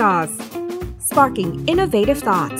Jaws Sparking Innovative Thoughts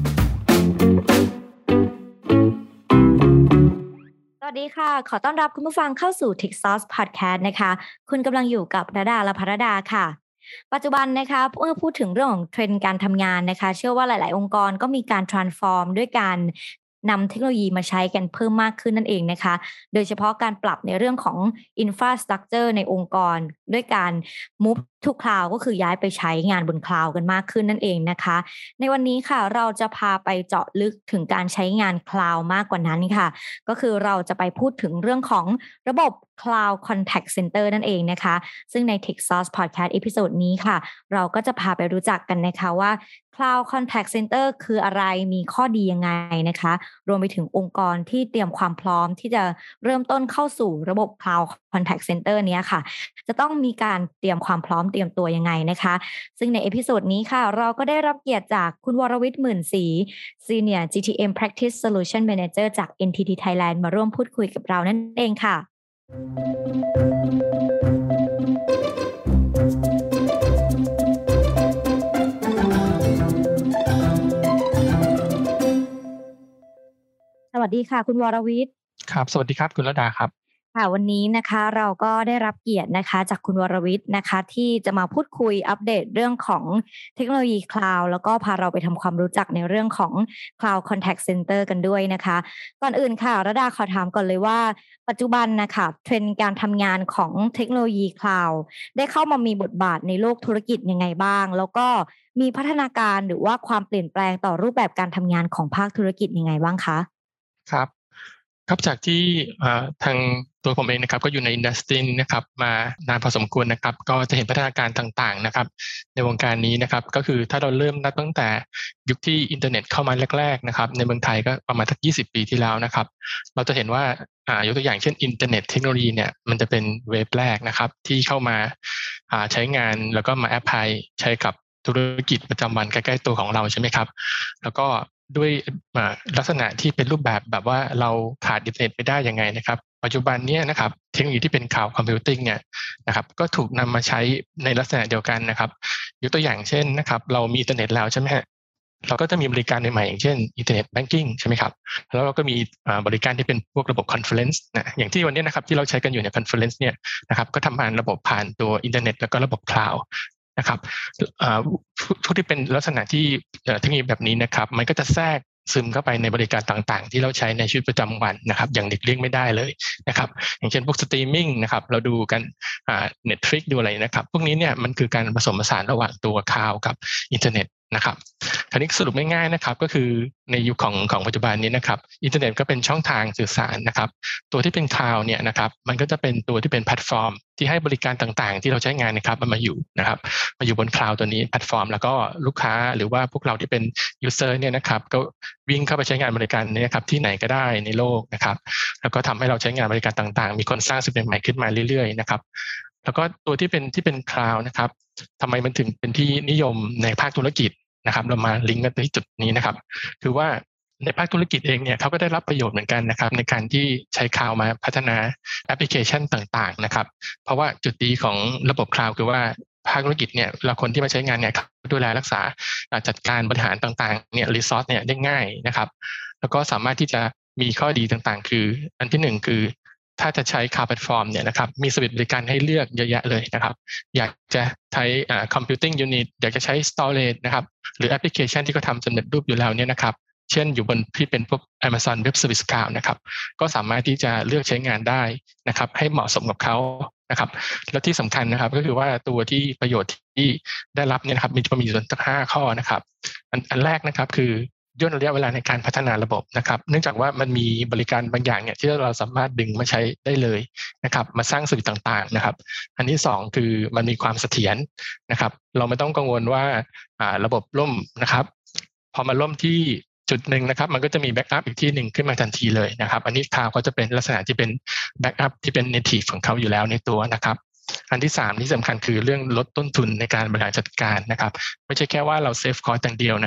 สวัสดีค่ะขอต้อนรับคุณผู้ฟังเข้าสู่ Tech Sauce Podcast นะคะคุณกำลังอยู่กับระดาและภรดาค่ะปัจจุบันนะคะเมื่อพูดถึงเรื่องของเทรนด์การทำงานนะคะเชื่อว่าหลายๆองค์กรก็มีการ transform ด้วยการนำเทคโนโลยีมาใช้กันเพิ่มมากขึ้นนั่นเองนะคะโดยเฉพาะการปรับในเรื่องของ infrastructure ในองค์กรด้วยการ move to cloud ก็คือย้ายไปใช้งานบน cloud กันมากขึ้นนั่นเองนะคะในวันนี้ค่ะเราจะพาไปเจาะลึกถึงการใช้งาน cloud มากกว่านั้นค่ะก็คือเราจะไปพูดถึงเรื่องของระบบ cloud contact center นั่นเองนะคะซึ่งใน Tech Sauce Podcast เอพิโซดนี้ค่ะเราก็จะพาไปรู้จักกันนะคะว่า Cloud Contact Center คืออะไรมีข้อดียังไงนะคะรวมไปถึงองค์กรที่เตรียมความพร้อมที่จะเริ่มต้นเข้าสู่ระบบ Cloud Contact Center เนี้ยค่ะจะต้องมีการเตรียมความพร้อมเตรียมตัวยังไงนะคะซึ่งในเอพิโซดนี้ค่ะเราก็ได้รับเกียรติจากคุณวรวิทย์หมื่นศรี Senior GTM Practice Solution Manager จาก NTT Thailand มาร่วมพูดคุยกับเรานั่นเองค่ะสวัสดีค่ะคุณวรวิทย์ครับสวัสดีครับคุณระดาครับค่ะวันนี้นะคะเราก็ได้รับเกียรตินะคะจากคุณวรวิทย์นะคะที่จะมาพูดคุยอัปเดตเรื่องของเทคโนโลยีคลาวด์แล้วก็พาเราไปทำความรู้จักในเรื่องของ Cloud Contact Center กันด้วยนะคะก่อนอื่นค่ะระดาขอถามก่อนเลยว่าปัจจุบันนะคะเทรนด์การทำงานของเทคโนโลยีคลาวด์ได้เข้ามามีบทบาทในโลกธุรกิจยังไงบ้างแล้วก็มีพัฒนาการหรือว่าความเปลี่ยนแปลงต่อรูปแบบการทำงานของภาคธุรกิจยังไงบ้างคะครับจากที่ทางตัวผมเองนะครับก็อยู่ในอินดัสทรีนี้นะครับมานานพอสมควรนะครับก็จะเห็นพัฒนาการต่างๆนะครับในวงการนี้นะครับก็คือถ้าเราเริ่มนับตั้งแต่ยุคที่อินเทอร์เน็ตเข้ามาแรกๆนะครับในเมืองไทยก็ประมาณสัก20 ปีที่แล้วนะครับเราจะเห็นว่ายกตัวอย่างเช่นอินเทอร์เน็ตเทคโนโลยีเนี่ยมันจะเป็นเว็บแรกนะครับที่เข้ามาใช้งานแล้วก็มาแอพพลายใช้กับธุรกิจประจำวันใกล้ๆตัวของเราใช่ไหมครับแล้วก็ด้วยลักษณะที่เป็นรูปแบบว่าเราขาดอินเทอร์เน็ตไม่ได้ยังไงนะครับปัจจุบันนี้นะครับเทคโนโลยีที่เป็นข่าวคอมพิวติ้งเนี่ยนะครับก็ถูกนำมาใช้ในลักษณะเดียวกันนะครับยกตัวอย่างเช่นนะครับเรามีอินเทอร์เน็ตแล้วใช่ไหมฮะเราก็จะมีบริการใหม่ๆอย่างเช่นอินเทอร์เน็ตแบงกิ้งใช่ไหมครับแล้วเราก็มีบริการที่เป็นพวกระบบคอนเฟอเรนซ์นะอย่างที่วันนี้นะครับที่เราใช้กันอยู่ในคอนเฟอเรนซ์เนี่ยนะครับก็ทำผ่านระบบผ่านตัวอินเทอร์เน็ตแล้วก็ระบบคลาวด์นะครับพวกที่เป็นลักษณะที่เทคโนโลยีแบบนี้นะครับมันก็จะแทรกซึมเข้าไปในบริการต่างๆที่เราใช้ในชีวิตประจำวันนะครับอย่างหลีกเลี่ยงไม่ได้เลยนะครับอย่างเช่นพวกสตรีมมิ่งนะครับเราดูกันNetflix ดูอะไรนะครับพวกนี้เนี่ยมันคือการผสมผสานระหว่างตัวคลาวด์กับอินเทอร์เน็ตนะครับคราวนี้สรุปง่ายๆนะครับก็คือในยุคของปัจจุบันนี้นะครับอินเทอร์เน็ตก็เป็นช่องทางสื่อสารนะครับตัวที่เป็นคลาวด์เนี่ยนะครับมันก็จะเป็นตัวที่เป็นแพลตฟอร์มที่ให้บริการต่างๆที่เราใช้งานนะครับมันมาอยู่นะครับมาอยู่บนคลาวด์ตัวนี้แพลตฟอร์มแล้วก็ลูกค้าหรือว่าพวกเราที่เป็นยูเซอร์เนี่ยนะครับก็วิ่งเข้าไปใช้งานบริการนี้นะครับที่ไหนก็ได้ในโลกนะครับแล้วก็ทำให้เราใช้งานบริการต่างๆมีคนสร้างสิ่งใหม่ๆขึ้นมาเรื่อยๆนะครับแล้วก็ตัวที่เป็นคลาวด์นะครับทำไมมันถึงเป็นที่นิยมในภาคธุรกิจนะครับเรามาลิงก์กันที่จุดนี้นะครับคือว่าในภาคธุรกิจเองเนี่ยเขาก็ได้รับประโยชน์เหมือนกันนะครับในการที่ใช้คลาวด์มาพัฒนาแอปพลิเคชันต่างๆนะครับเพราะว่าจุดดีของระบบคลาวด์คือว่าภาคธุรกิจเนี่ยเราคนที่มาใช้งานเนี่ยดูแลรักษาจัดการบริหารต่างๆเนี่ยรีซอสเนี่ยได้ง่ายนะครับแล้วก็สามารถที่จะมีข้อดีต่างๆคืออันที่หนึ่งคือถ้าจะใช้คลาวด์แพลตฟอร์มเนี่ยนะครับมีสวิตช์บริการให้เลือกเยอะแยะเลยนะครับอยากจะใช้computing unit อยากจะใช้ storage นะครับหรือแอปพลิเคชันที่เขาทำสำเร็จรูปอยู่แล้วเนี่ยนะครับเช่นอยู่บนที่เป็นพวก Amazon Web Service Cloud นะครับก็สามารถที่จะเลือกใช้งานได้นะครับให้เหมาะสมกับเขานะครับแล้วที่สำคัญนะครับก็คือว่าตัวที่ประโยชน์ที่ได้รับเนี่ยนะครับมีอยู่ตั้ง5 ข้อนะครับอันแรกนะครับคือย่นระยะเวลาในการพัฒนาระบบนะครับเนื่องจากว่ามันมีบริการบางอย่างเนี่ยที่เราสามารถดึงมาใช้ได้เลยนะครับมาสร้างสื่อต่างๆนะครับอันที่2คือมันมีความเสถียรนะครับเราไม่ต้องกังวลว่าระบบล่มนะครับพอมาล่มที่จุดหนึ่งนะครับมันก็จะมีแบ็กอัพอีกที่หนึ่งขึ้นมาทันทีเลยนะครับอันนี้คลาวด์ก็จะเป็นลักษณะที่เป็นแบ็กอัพที่เป็น native ของเขาอยู่แล้วในตัวนะครับอันที่3ที่สำคัญคือเรื่องลดต้นทุนในการบริหารจัดการนะครับไม่ใช่แค่ว่าเราเซฟคอสต์อย่างเดียวนะครับ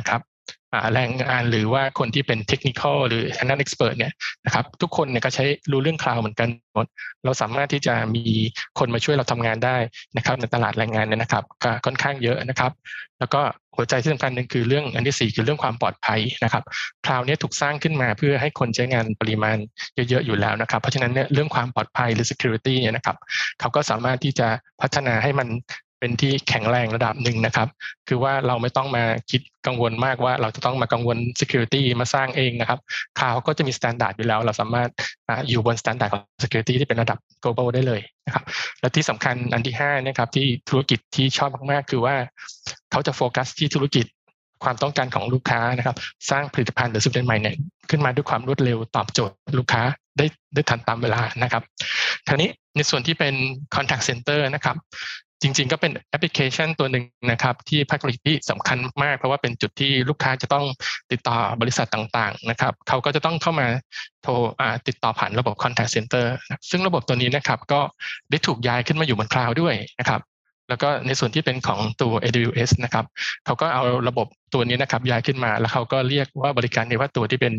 แรงงานหรือว่าคนที่เป็นเทคนิคอลหรือทางด้านเอ็กซ์เพรสเนี่ยนะครับทุกคนเนี่ยก็ใช้รู้เรื่องคลาวด์เหมือนกันหมดเราสามารถที่จะมีคนมาช่วยเราทำงานได้นะครับในตลาดแรงงานเนี่ยนะครับก็ค่อนข้างเยอะนะครับแล้วก็หัวใจที่สำคัญนึงคือเรื่องอันที่4คือเรื่องความปลอดภัยนะครับคลาวด์เนี่ยถูกสร้างขึ้นมาเพื่อให้คนใช้งานปริมาณเยอะๆอยู่แล้วนะครับเพราะฉะนั้นเนี่ยเรื่องความปลอดภัยหรือ security เนี่ยนะครับเขาก็สามารถที่จะพัฒนาให้มันเป็นที่แข็งแรงระดับหนึ่งนะครับคือว่าเราไม่ต้องมาคิดกังวลมากว่าเราจะต้องมากังวล security มาสร้างเองนะครับคลาวด์ก็จะมี standard อยู่แล้วเราสามารถอยู่บน standard ของ security ที่เป็นระดับ global ได้เลยนะครับและที่สำคัญอันที่5นะครับที่ธุรกิจที่ชอบมากๆคือว่าเขาจะโฟกัสที่ธุรกิจความต้องการของลูกค้านะครับสร้างผลิตภัณฑ์หรือสินค้าใหม่เนี่ยขึ้นมาด้วยความรวดเร็วตอบโจทย์ลูกค้าได้ทันตามเวลานะครับคราวนี้ในส่วนที่เป็น contact center นะครับจริงๆก็เป็นแอปพลิเคชันตัวหนึ่งนะครับที่ภาคธุรกิจที่สำคัญมากเพราะว่าเป็นจุดที่ลูกค้าจะต้องติดต่อบริษัทต่างๆนะครับเขาก็จะต้องเข้ามาโทรติดต่อผ่านระบบ contact center ซึ่งระบบตัวนี้นะครับก็ได้ถูกย้ายขึ้นมาอยู่บนคลาวด์ด้วยนะครับแล้วก็ในส่วนที่เป็นของตัว AWS นะครับเขาก็เอาระบบตัวนี้นะครับย้ายขึ้นมาแล้วเขาก็เรียกว่าบริการนี้ว่าตัวที่เป็น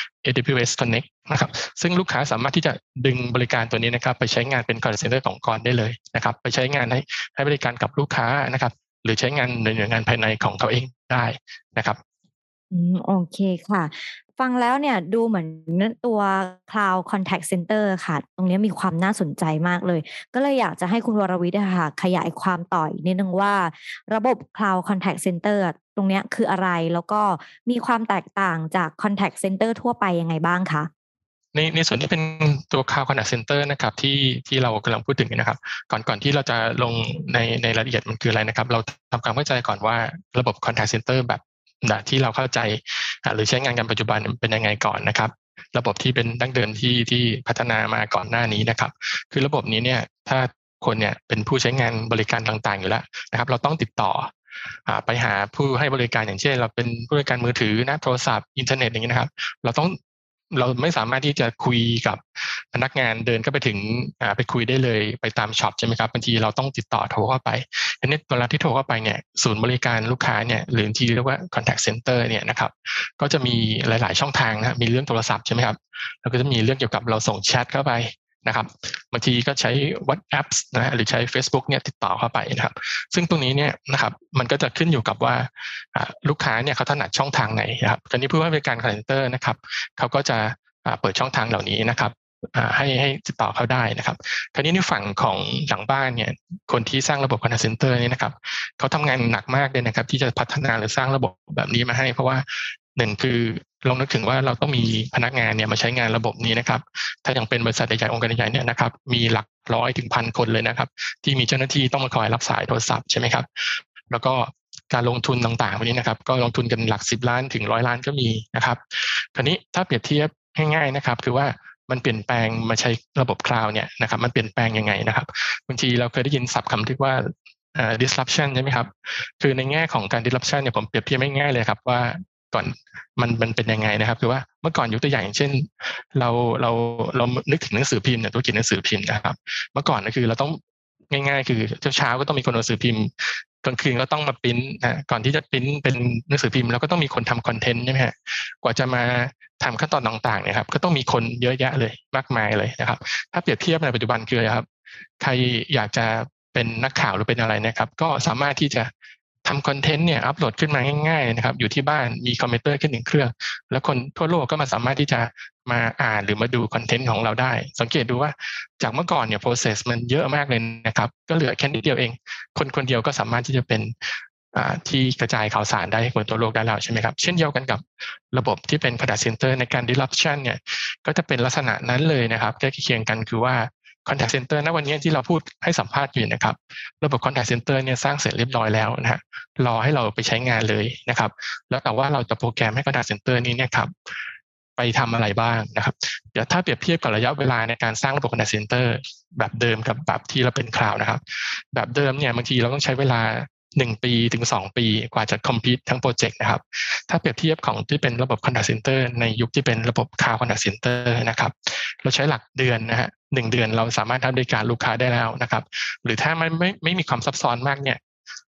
AWS Connect นะครับซึ่งลูกค้าสามารถที่จะดึงบริการตัวนี้นะครับไปใช้งานเป็น contact center ขององค์กรได้เลยนะครับไปใช้งานให้บริการกับลูกค้านะครับหรือใช้งานในหน่วยงานภายในของเขาเองได้นะครับโอเคค่ะฟังแล้วเนี่ยดูเหมือนตัว Cloud Contact Center ค่ะตรงนี้มีความน่าสนใจมากเลยก็เลยอยากจะให้คุณวรวิทย์ค่ะขยายความต่ออีกนิดนึงว่าระบบ Cloud Contact Center ตรงนี้คืออะไรแล้วก็มีความแตกต่างจาก Contact Center ทั่วไปยังไงบ้างคะในส่วนที่เป็นตัว Cloud Contact Center นะครับที่เรากำลังพูดถึงนะครับก่อนที่เราจะลงในรายละเอียดมันคืออะไรนะครับเราทำความเข้าใจก่อนว่าระบบ Contact Center แบบที่เราเข้าใจหรือใช้งานกันปัจจุบันเป็นยังไงก่อนนะครับระบบที่เป็นดั้งเดิมที่พัฒนามาก่อนหน้านี้นะครับคือระบบนี้เนี่ยถ้าคนเนี่ยเป็นผู้ใช้งานบริการต่างๆอยู่แล้วนะครับเราต้องติดต่อไปหาผู้ให้บริการอย่างเช่นเราเป็นผู้บริการมือถือนะโทรศัพท์อินเทอร์เน็ตอย่างนี้นะครับเราไม่สามารถที่จะคุยกับพนักงานเดินก็ไปถึงไปคุยได้เลยไปตามช็อปใช่ไหมครับบางทีเราต้องติดต่อโทรเข้าไปอันนี้เวลาที่โทรเข้าไปเนี่ยศูนย์บริการลูกค้าเนี่ยหรือที่เรียกว่า contact center เนี่ยนะครับก็จะมีหลายๆช่องทางนะมีเรื่องโทรศัพท์ใช่ไหมครับแล้วก็จะมีเรื่องเกี่ยวกับเราส่งแชทเข้าไปนะครับบางทีก็ใช้ WhatsApp นะหรือใช้ Facebook เนี่ยติดต่อเข้าไปนะครับซึ่งตรงนี้เนี่ยนะครับมันก็จะขึ้นอยู่กับว่าลูกค้าเนี่ยเขาถนัดช่องทางไหนนะครับคราวนี้ผู้ให้บริการ call center นะครับเขาก็จะเปิดช่องทางเหล่านี้นะครับให้ติดต่อเขาได้นะครับคราวนี้ในฝั่งของหลังบ้านเนี่ยคนที่สร้างระบบ contact center นี่นะครับเขาทำงานหนักมากเลยนะครับที่จะพัฒนาหรือสร้างระบบแบบนี้มาให้เพราะว่าหนึ่งคือลองนึกถึงว่าเราต้องมีพนักงานเนี่ยมาใช้งานระบบนี้นะครับถ้าอย่างเป็นบริษัทใหญ่ๆองค์การใหญ่ๆเนี่ยนะครับมีหลักร้อยถึงพันคนเลยนะครับที่มีเจ้าหน้าที่ต้องมาคอยรับสายโทรศัพท์ใช่ไหมครับแล้วก็การลงทุนต่างๆวันนี้นะครับก็ลงทุนกันหลัก10 ล้านถึง100 ล้านก็มีนะครับคราวนี้ถ้าเปรียบเทียบง่ายๆนะครับคือว่ามันเปลี่ยนแปลงมาใช้ระบบคลาวด์เนี่ยนะครับมันเปลี่ยนแปลงยังไงนะครับบางทีเราเคยได้ยินศัพท์คำที่ว่าdisruption ใช่ไหมครับคือในแง่ของการ disruption เนี่ยผมเปรียบเทียบง่ายๆเลยครับว่าก่อนมันเป็นยังไงนะครับคือว่าเมื่อก่อนยกตัวอย่างเช่นเรานึกถึงหนังสือพิมพ์เนี่ยธุรกิจหนังสือพิมพ์นะครับเมื่อก่อนก็คือเราต้องง่ายๆคือเช้าก็ต้องมีคนเอาหนังสือพิมพ์กลางคืนก็ต้องมาปริ้นก่อนที่จะปริ้นเป็นหนังสือพิมพ์แล้วก็ต้องมีคนทำคอนเทนต์ใช่ไหมฮะกว่าจะมาทำขั้นตอนต่างๆเนี่ยครับก็ต้องมีคนเยอะแยะเลยมากมายเลยนะครับถ้าเปรียบเทียบในปัจจุบันคืออะไรครับใครอยากจะเป็นนักข่าวหรือเป็นอะไรนะครับก็สามารถที่จะทำคอนเทนต์เนี่ยอัปโหลดขึ้นมาง่ายๆนะครับอยู่ที่บ้านมีคอมพิวเตอร์ขึ้น1 เครื่องแล้วคนทั่วโลกก็มาสามารถที่จะมาอ่านหรือมาดูคอนเทนต์ของเราได้สังเกตดูว่าจากเมื่อก่อนเนี่ย process มันเยอะมากเลยนะครับก็เหลือแค่นิดเดียวเองคนเดียวก็สามารถที่จะเป็นที่กระจายข่าวสารได้ให้คนทั่วโลกได้แล้วใช่ไหมครับเช่นเดียวกันกับระบบที่เป็น contact center ในการ disruption เนี่ยก็จะเป็นลักษณะนั้นเลยนะครับใกล้เคียงกันคือว่า contact center ณวันนี้ที่เราพูดให้สัมภาษณ์อยู่นะครับระบบ contact center เนี่ยสร้างเสร็จเรียบร้อยแล้วนะฮะรอให้เราไปใช้งานเลยนะครับแล้วแต่ว่าเราจะโปรแกรมให้ contact center นี้เนี่ยครับไปทำอะไรบ้างนะครับเดี๋ยวถ้าเปรียบเทียบกับระยะเวลาในการสร้างระบบ contact center แบบเดิมกับแบบที่เราเป็นคลาวด์นะครับแบบเดิมเนี่ยบางทีเราต้องใช้เวลา1 ปีถึง2 ปีกว่าจะ complete ทั้งโปรเจกต์นะครับถ้าเปรียบเทียบของที่เป็นระบบ contact center ในยุคที่เป็นระบบ cloud contact center นะครับเราใช้หลักเดือนนะฮะ1 เดือนเราสามารถทำบริการลูกค้าได้แล้วนะครับหรือถ้าไม่มีความซับซ้อนมากเนี่ย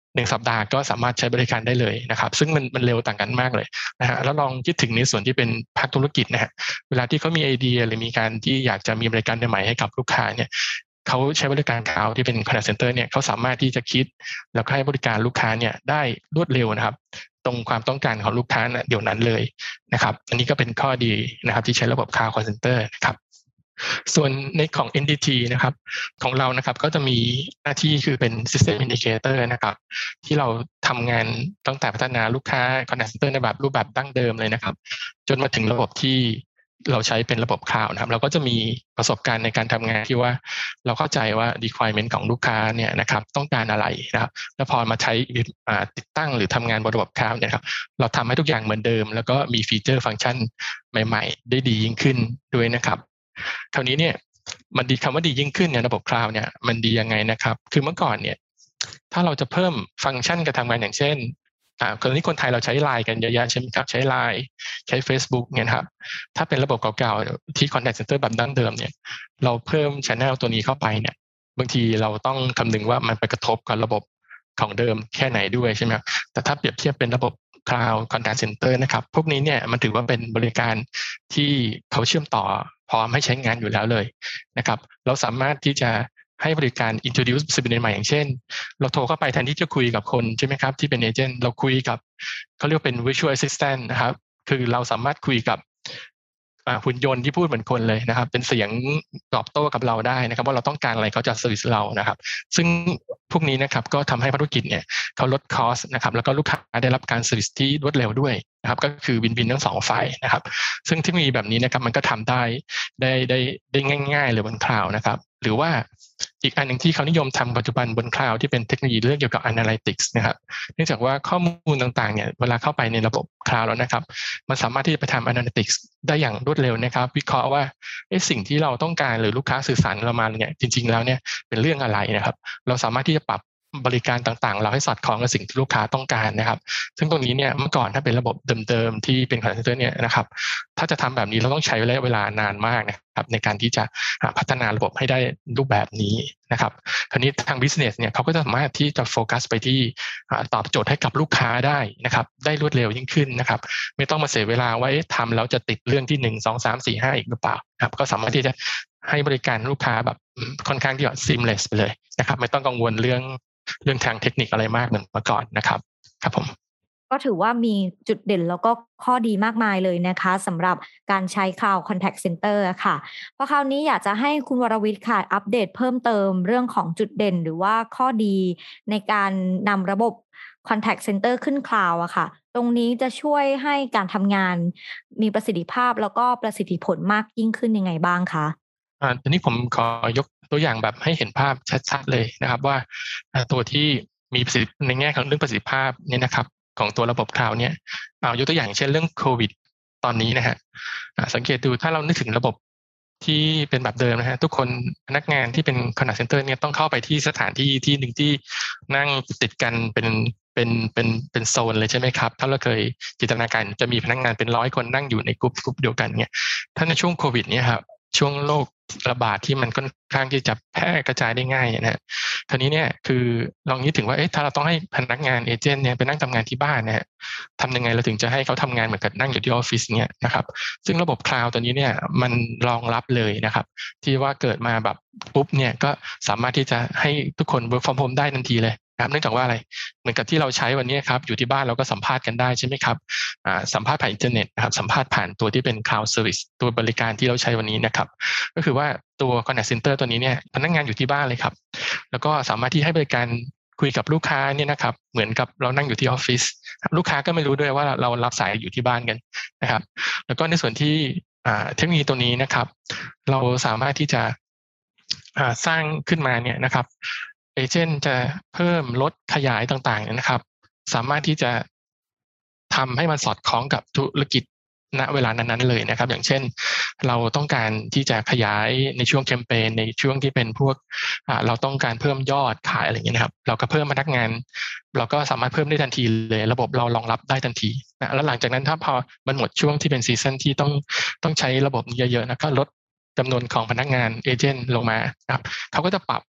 1 สัปดาห์ก็สามารถใช้บริการได้เลยนะครับซึ่งมันเร็วต่างกันมากเลยนะฮะแล้วลองคิดถึงในส่วนที่เป็นภาคธุรกิจนะฮะเวลาที่เขามีไอเดียหรือมีการที่อยากจะมีบริการใหม่ๆให้กับลูกค้าเนี่ยเขาใช้บริการคลาวด์ที่เป็น contact center เนี่ยเขาสามารถที่จะคิดแล้วก็ให้บริการลูกค้าเนี่ยได้รวดเร็วนะครับตรงความต้องการของลูกค้าเดี๋ยวนั้นเลยนะครับอันนี้ก็เป็นข้อดีนะครับที่ใช้ระบบ Cloud Call Center นะครับส่วนในของ NTT นะครับของเรานะครับก็จะมีหน้าที่คือเป็น System Indicator นะครับที่เราทำงานตั้งแต่พัฒนาลูกค้า Contact Center ในแบบรูปแบบดั้งเดิมเลยนะครับจนมาถึงระบบที่เราใช้เป็นระบบคลาวด์นะครับเราก็จะมีประสบการณ์ในการทำงานที่ว่าเราเข้าใจว่า requirement ของลูกค้าเนี่ยนะครับต้องการอะไรนะครับแล้วพอมาใช้ติดตั้งหรือทำงานบนระบบคลาวด์เนี่ยครับเราทำให้ทุกอย่างเหมือนเดิมแล้วก็มีฟีเจอร์ฟังก์ชันใหม่ๆได้ดียิ่งขึ้นด้วยนะครับคราวนี้เนี่ยมันดีคำว่าดียิ่งขึ้นเนี่ยระบบคลาวด์เนี่ยมันดียังไงนะครับคือเมื่อก่อนเนี่ยถ้าเราจะเพิ่มฟังก์ชันการทำงานอย่างเช่นคนไทยเราใช้ LINE กันเยอะแยะใช่ไหมครับใช้ LINE ใช้ Facebook เนี่ยครับถ้าเป็นระบบเก่าๆที่ Contact Center แบบดั้งเดิมเนี่ยเราเพิ่ม Channel ตัวนี้เข้าไปเนี่ยบางทีเราต้องคำนึงว่ามันไปกระทบกับระบบของเดิมแค่ไหนด้วยใช่ไหมครับแต่ถ้าเปรียบเทียบเป็นระบบ Cloud Contact Center นะครับพวกนี้เนี่ยมันถือว่าเป็นบริการที่เขาเชื่อมต่อพร้อมให้ใช้งานอยู่แล้วเลยนะครับเราสามารถที่จะให้บริการ introduce สิ่งใหม่อย่างเช่นเราโทรเข้าไปแทนที่จะคุยกับคนใช่ไหมครับที่เป็นเอเจนต์เราคุยกับเขาเรียกเป็น virtual assistant นะครับคือเราสามารถคุยกับหุ่นยนต์ที่พูดเหมือนคนเลยนะครับเป็นเสียงตอบโต้กับเราได้นะครับว่าเราต้องการอะไรเขาจะเซอร์วิสเรานะครับซึ่งพวกนี้นะครับก็ทำให้ธุรกิจเนี่ยเขาลดคอสนะครับแล้วก็ลูกค้าได้รับการเซอร์วิสที่รวดเร็วด้วยนะครับก็คือวินวินทั้ง2ฝ่ายนะครับซึ่งเทคโนโลยีแบบนี้นะครับมันก็ทำได้ง่ายๆเลยบนคลาวด์นะครับหรือว่าอีกอันหนึ่งที่เขานิยมทำปัจจุบันบนคลาวด์ที่เป็นเทคโนโลยีเรื่องเกี่ยวกับ Analytics นะครับเนื่องจากว่าข้อมูลต่างๆเนี่ยเวลาเข้าไปในระบบคลาวด์แล้วนะครับมันสามารถที่จะไปทำ Analytics ได้อย่างรวดเร็วนะครับวิเคราะห์ว่าสิ่งที่เราต้องการหรือลูกค้าสื่อสารเรามาเนี่ยจริงๆแล้วเนี่ยเป็นเรื่องอะไรนะครับเราสามารถที่จะปรับบริการต่างๆเราให้สอดคล้องกับสิ่งที่ลูกค้าต้องการนะครับซึ่งตรงนี้เนี่ยเมื่อก่อนถ้าเป็นระบบเดิมๆที่เป็น Contact Center เนี่ยนะครับถ้าจะทำแบบนี้เราต้องใช้ระยะเวลานานมากนะครับในการที่จะพัฒนาระบบให้ได้รูปแบบนี้นะครับคราวนี้ทาง business เนี่ยเขาก็จะสามารถที่จะโฟกัสไปที่ตอบโจทย์ให้กับลูกค้าได้นะครับได้รวดเร็วยิ่งขึ้นนะครับไม่ต้องมาเสียเวลาว่าทำแล้วจะติดเรื่องที่1 2 3 4 5อีกหรือเปล่าครับก็สามารถที่จะให้บริการลูกค้าแบบค่อนข้างที่จะ seamless ไปเลยนะครับไม่ต้องกังวลเรื่องทางเทคนิคอะไรมากเหมือนเมื่อก่อนนะครับครับผมก็ถือว่ามีจุดเด่นแล้วก็ข้อดีมากมายเลยนะคะสำหรับการใช้ Cloud Contact Center ค่ะเพราะคราวนี้อยากจะให้คุณวรวิทย์ค่ะอัปเดตเพิ่มเติมเรื่องของจุดเด่นหรือว่าข้อดีในการนำระบบ Contact Center ขึ้น Cloud อะค่ะตรงนี้จะช่วยให้การทำงานมีประสิทธิภาพแล้วก็ประสิทธิผลมากยิ่งขึ้นยังไงบ้างคะทีนี้ผมขอยกตัวอย่างแบบให้เห็นภาพชัดๆเลยนะครับว่าตัวที่มีประสิทธิในแง่ของเรื่องประสิทธิภาพเนี่ยนะครับของตัวระบบคลาวด์เนี่ยยกตัวอย่างเช่นเรื่องโควิดตอนนี้นะฮะสังเกตดูถ้าเรานึกถึงระบบที่เป็นแบบเดิมนะฮะทุกคนพนักงานที่เป็น Contact Center เนี่ยต้องเข้าไปที่สถานที่ที่หนึ่งที่นั่งติดกันเป็นโซนเลยใช่ไหมครับถ้าเราเคยจินตนาการจะมีพนักงานเป็น100 คนนั่งอยู่ในกลุ่มเดียวกันเนี่ยถ้าในช่วงโควิดเนี่ยครับช่วงโรคระบาดที่มันค่อนข้างที่จะแพร่กระจายได้ง่ายนะฮะคราวนี้เนี่ยคือลองนึกถึงว่าถ้าเราต้องให้พนักงานเอเจนต์เนี่ยไปนั่งทำงานที่บ้านนะฮะทำยังไงเราถึงจะให้เขาทำงานเหมือนกับนั่งอยู่ที่ออฟฟิศเนี่ยนะครับซึ่งระบบคลาวด์ตัวนี้เนี่ยมันรองรับเลยนะครับที่ว่าเกิดมาแบบปุ๊บเนี่ยก็สามารถที่จะให้ทุกคน work from home ได้ทันทีเลยเนื่องจากว่าอะไรเหมือนกับที่เราใช้วันนี้ครับอยู่ที่บ้านเราก็สัมภาษณ์กันได้ใช่ไหมครับสัมภาษณ์ผ่านอินเทอร์เน็ตนะครับสัมภาษณ์ผ่านตัวที่เป็น cloud service ตัวบริการที่เราใช้วันนี้นะครับก็คือว่าตัว contact center ตัวนี้เนี่ยพนักงานอยู่ที่บ้านเลยครับแล้วก็สามารถที่ให้บริการคุยกับลูกค้าเนี่ยนะครับเหมือนกับเรานั่งอยู่ที่ออฟฟิศลูกค้าก็ไม่รู้ด้วยว่าเรารับสายอยู่ที่บ้านกันนะครับแล้วก็ในส่วนที่เทคโนโลยีตัวนี้นะครับเราสามารถที่จะสร้างขึ้นมาเนี่ยนะครับเอเจนต์จะเพิ่มลดขยายต่างๆนะครับสามารถที่จะทำให้มันสอดคล้องกับธุรกิจณเวลานั้นๆเลยนะครับอย่างเช่นเราต้องการที่จะขยายในช่วงแคมเปญในช่วงที่เป็นพวกเราต้องการเพิ่มยอดขายอะไรอย่างเงี้ยนะครับเราก็เพิ่มพนักงานเราก็สามารถเพิ่มได้ทันทีเลยระบบเรารองรับได้ทันทีนะแล้วหลังจากนั้นถ้าพอมันหมดช่วงที่เป็นซีซั่นที่ต้องใช้ระบบเยอะๆนะก็ลดจำนวนของพนักงานเอเจนต์ลงมานะครับเขาก็จะปรับ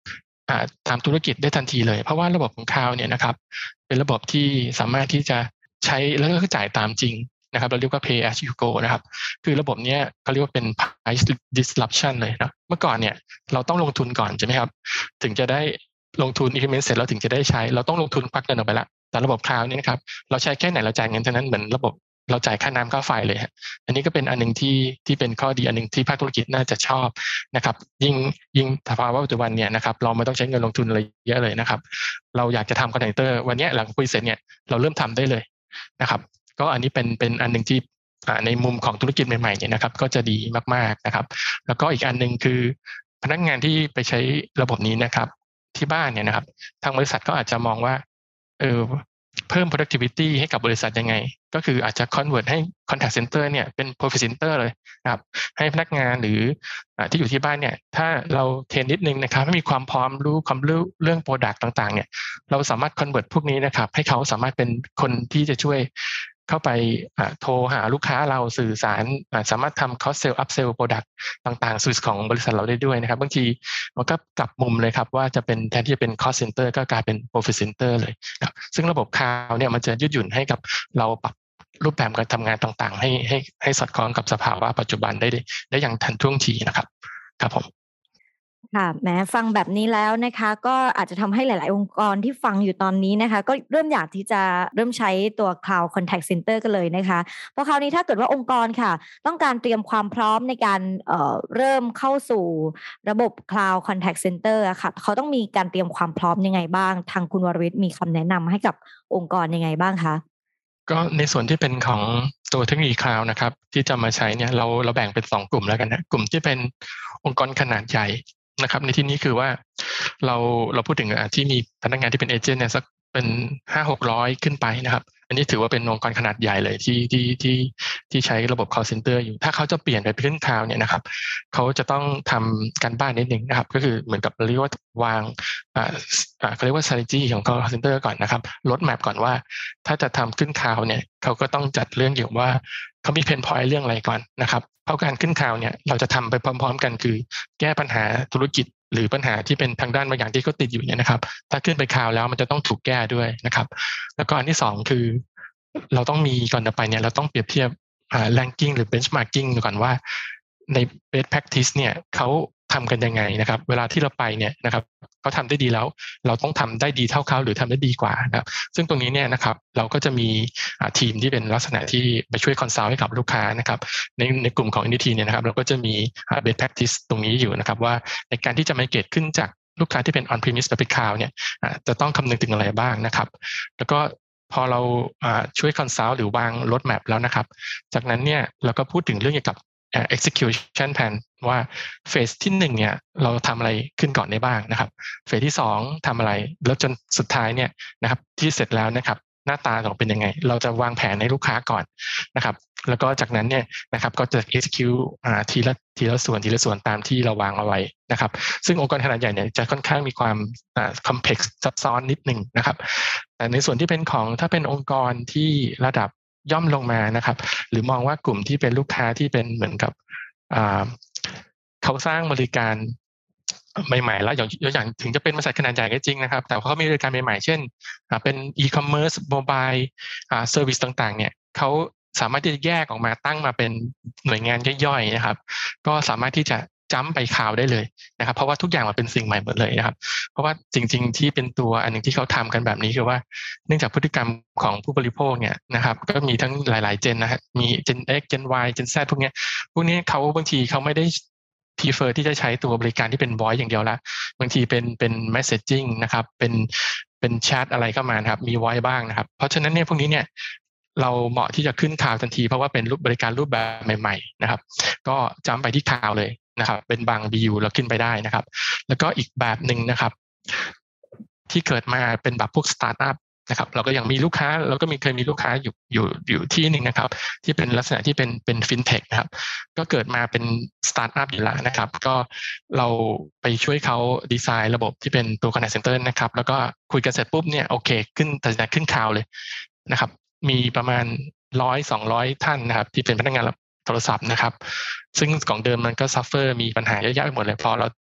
ตามธุรกิจได้ทันทีเลยเพราะว่าระบบของคลาวด์เนี่ยนะครับเป็นระบบที่สามารถที่จะใช้แล้วก็จ่ายตามจริงนะครับเราเรียกว่า pay as you go นะครับคือระบบนี้เขาเรียกว่าเป็น price disruption เลยนะเมื่อก่อนเนี่ยเราต้องลงทุนก่อนใช่ไหมครับถึงจะได้ลงทุน implement เสร็จเราถึงจะได้ใช้เราต้องลงทุนควักเงินออกไปละแต่ระบบคลาวด์นี่นะครับเราใช้แค่ไหนเราจ่ายเงินเท่านั้นเหมือนระบบเราจ่ายค่าน้ำค่าไฟเลยฮะอันนี้ก็เป็นอันนึงที่เป็นข้อดีอันนึงที่ภาคธุรกิจน่าจะชอบนะครับยิ่งสภาวะปัจจุบันเนี่ยนะครับเราไม่ต้องใช้เงินลงทุนอะไรเยอะเลยนะครับเราอยากจะทำคอนเทนเตอร์วันนี้หลังคุยเสร็จเนี่ยเราเริ่มทำได้เลยนะครับก็อันนี้เป็นอันนึงที่ในมุมของธุรกิจใหม่ๆเนี่ยนะครับก็จะดีมากๆนะครับแล้วก็อีกอันนึงคือพนักงานที่ไปใช้ระบบนี้นะครับที่บ้านเนี่ยนะครับทางบริษัทก็อาจจะมองว่าเพิ่ม productivity ให้กับบริษัทยังไงก็คืออาจจะ convert ให้ contact center เนี่ยเป็น profit center เลยนะครับให้พนักงานหรือที่อยู่ที่บ้านเนี่ยถ้าเราเทรนนิดนึงนะครับไม่มีความพร้อมรู้ความรู้เรื่อง product ต่างๆเนี่ยเราสามารถ convert พวกนี้นะครับให้เขาสามารถเป็นคนที่จะช่วยเข้าไปโทรหาลูกค้าเราสื่อสารสามารถทำ cross sell up sell product ต่างๆ service ของบริษัทเราได้ด้วยนะครับบางทีมันก็กลับมุมเลยครับว่าจะเป็นแทนที่จะเป็น cost center ก็กลายเป็น profit center เลยครับซึ่งระบบคลาวด์เนี่ยมันจะยืดหยุ่นให้กับเราปรับรูปแบบการทำงานต่างๆให้สอดคล้องกับสภาวะปัจจุบันได้อย่างทันท่วงทีนะครับครับผมค่ะแม้ฟังแบบนี้แล้วนะคะก็อาจจะทำให้หลายๆองค์กรที่ฟังอยู่ตอนนี้นะคะก็เริ่มอยากที่จะเริ่มใช้ตัว Cloud Contact Center กันเลยนะคะเพราะคราวนี้ถ้าเกิดว่าองค์กรค่ะต้องการเตรียมความพร้อมในการเริ่มเข้าสู่ระบบ Cloud Contact Center อะค่ะเขาต้องมีการเตรียมความพร้อมยังไงบ้างทางคุณวรวิทย์มีคำแนะนำให้กับองค์กรยังไงบ้างคะก็ในส่วนที่เป็นของตัวเทคโนโลยีคลาวด์นะครับที่จะมาใช้เนี่ยเราแบ่งเป็น2กลุ่มแล้วกันนะกลุ่มที่เป็นองค์กรขนาดใหญ่นะครับในที่นี้คือว่าเราพูดถึงที่มีพนักงานที่เป็นเอเจนต์เนี่ยสักเป็น500-600ขึ้นไปนะครับอันนี้ถือว่าเป็นองค์กรขนาดใหญ่เลยที่ใช้ระบบ call center อยู่ถ้าเขาจะเปลี่ยนไปขึ้นคลาวด์เนี่ยนะครับเขาจะต้องทำการบ้านนิดนึงนะครับก็คือเหมือนกับเรียกว่าวางเขาเรียกว่า strategy ของ call center ก่อนนะครับลดแมปก่อนว่าถ้าจะทำขึ้นคลาวด์เนี่ยเขาก็ต้องจัดเรื่องเกี่ยวว่าเขามีเพนพอยต์เรื่องอะไรก่อนนะครับเพราะการขึ้นคลาวด์เนี่ยเราจะทำไปพร้อมๆกันคือแก้ปัญหาธุรกิจหรือปัญหาที่เป็นทางด้านบางอย่างที่เขาติดอยู่เนี่ยนะครับถ้าขึ้นไปคลาวด์แล้วมันจะต้องถูกแก้ด้วยนะครับแล้วก็อันที่2คือเราต้องมีก่อนจะไปเนี่ยเราต้องเปรียบเทียบranking หรือ benchmarking ก่อนว่าใน best practice เนี่ยเขาทำกันยังไงนะครับเวลาที่เราไปเนี่ยนะครับเขาทำได้ดีแล้วเราต้องทำได้ดีเท่าเขาหรือทำได้ดีกว่านะครับซึ่งตรงนี้เนี่ยนะครับเราก็จะมีทีมที่เป็นลักษณะที่ไปช่วยคอนซัลท์ให้กับลูกค้านะครับในกลุ่มของ NTT เนี่ยนะครับเราก็จะมี best practice ตรงนี้อยู่นะครับว่าในการที่จะ migrate ขึ้นจากลูกค้าที่เป็น on premise ไปเป็น cloud เนี่ยจะต้องคำนึงถึงอะไรบ้างนะครับแล้วก็พอเราช่วยคอนซัลท์หรือวางรถแมพแล้วนะครับจากนั้นเนี่ยเราก็พูดถึงเรื่องเกี่ยวกับexecution plan ว่าเฟสที่1เนี่ยเราทำอะไรขึ้นก่อนได้บ้างนะครับเฟสที่2ทำอะไรแล้วจนสุดท้ายเนี่ยนะครับที่เสร็จแล้วนะครับหน้าตาต้องเป็นยังไงเราจะวางแผนให้ลูกค้าก่อนนะครับแล้วก็จากนั้นเนี่ยนะครับก็จะ execute ทีละส่วนตามที่เราวางเอาไว้นะครับซึ่งองค์กรขนาดใหญ่เนี่ยจะค่อนข้างมีความcomplex ซับซ้อนนิดนึงนะครับแต่ในส่วนที่เป็นของถ้าเป็นองค์กรที่ระดับย่อมลงมานะครับหรือมองว่ากลุ่มที่เป็นลูกค้าที่เป็นเหมือนกับเขาสร้างบริการใหม่ๆแล้วอย่างถึงจะเป็นบริษัทขนาดใหญ่ก็จริงนะครับแต่เขามีบริการใหม่ๆเช่นเป็นอีคอมเมิร์ซโมบายเซอร์วิสต่างๆเนี่ยเขาสามารถที่จะแยกออกมาตั้งมาเป็นหน่วยงานย่อยๆนะครับก็สามารถที่จะจัมป์ไปคลาวด์ได้เลยนะครับเพราะว่าทุกอย่างมันเป็นสิ่งใหม่หมดเลยนะครับเพราะว่าจริงๆที่เป็นตัวอันหนึ่งที่เขาทำกันแบบนี้คือว่าเนื่องจากพฤติกรรมของผู้บริโภคเนี่ยนะครับก็มีทั้งหลายๆเจนนะฮะมี Gen X Gen Y Gen Z พวกนี้เขาบางทีเขาไม่ได้prefer ที่จะใช้ตัวบริการที่เป็น voice อย่างเดียวละบางทีเป็น messaging นะครับเป็นแชทอะไรเข้ามานะครับมี voice บ้างนะครับเพราะฉะนั้นเนี่ยพวกนี้เนี่ยเราเหมาะที่จะขึ้นคลาวด์ทันทีเพราะว่าเป็นบริการรูปแบบใหม่ๆนะครับก็จำไปที่คลาวด์เลยนะครับเป็นบาง BU เราขึ้นไปได้นะครับแล้วก็อีกแบบหนึ่งนะครับที่เกิดมาเป็นแบบพวกสตาร์ทอัพนะครับเราก็ยังมีลูกค้าเราก็เคยมีลูกค้าอยู่ที่หนึ่งนะครับที่เป็นลักษณะที่เป็นฟินเทคนะครับก็เกิดมาเป็นสตาร์ทอัพอยู่แล้วนะครับก็เราไปช่วยเขาดีไซน์ระบบที่เป็นตัว Contact Center นะครับแล้วก็คุยกันเสร็จปุ๊บเนี่ยโอเคตัดสินใจขึ้นคลาวด์เลยนะครับมีประมาณ100-200ท่านนะครับที่เป็นพนักงานโทรศัพท์นะครับซึ่งของเดิมมันก็ซัฟเฟอร์มีปัญหาเยอะแยะไปหมดเลยพอเรา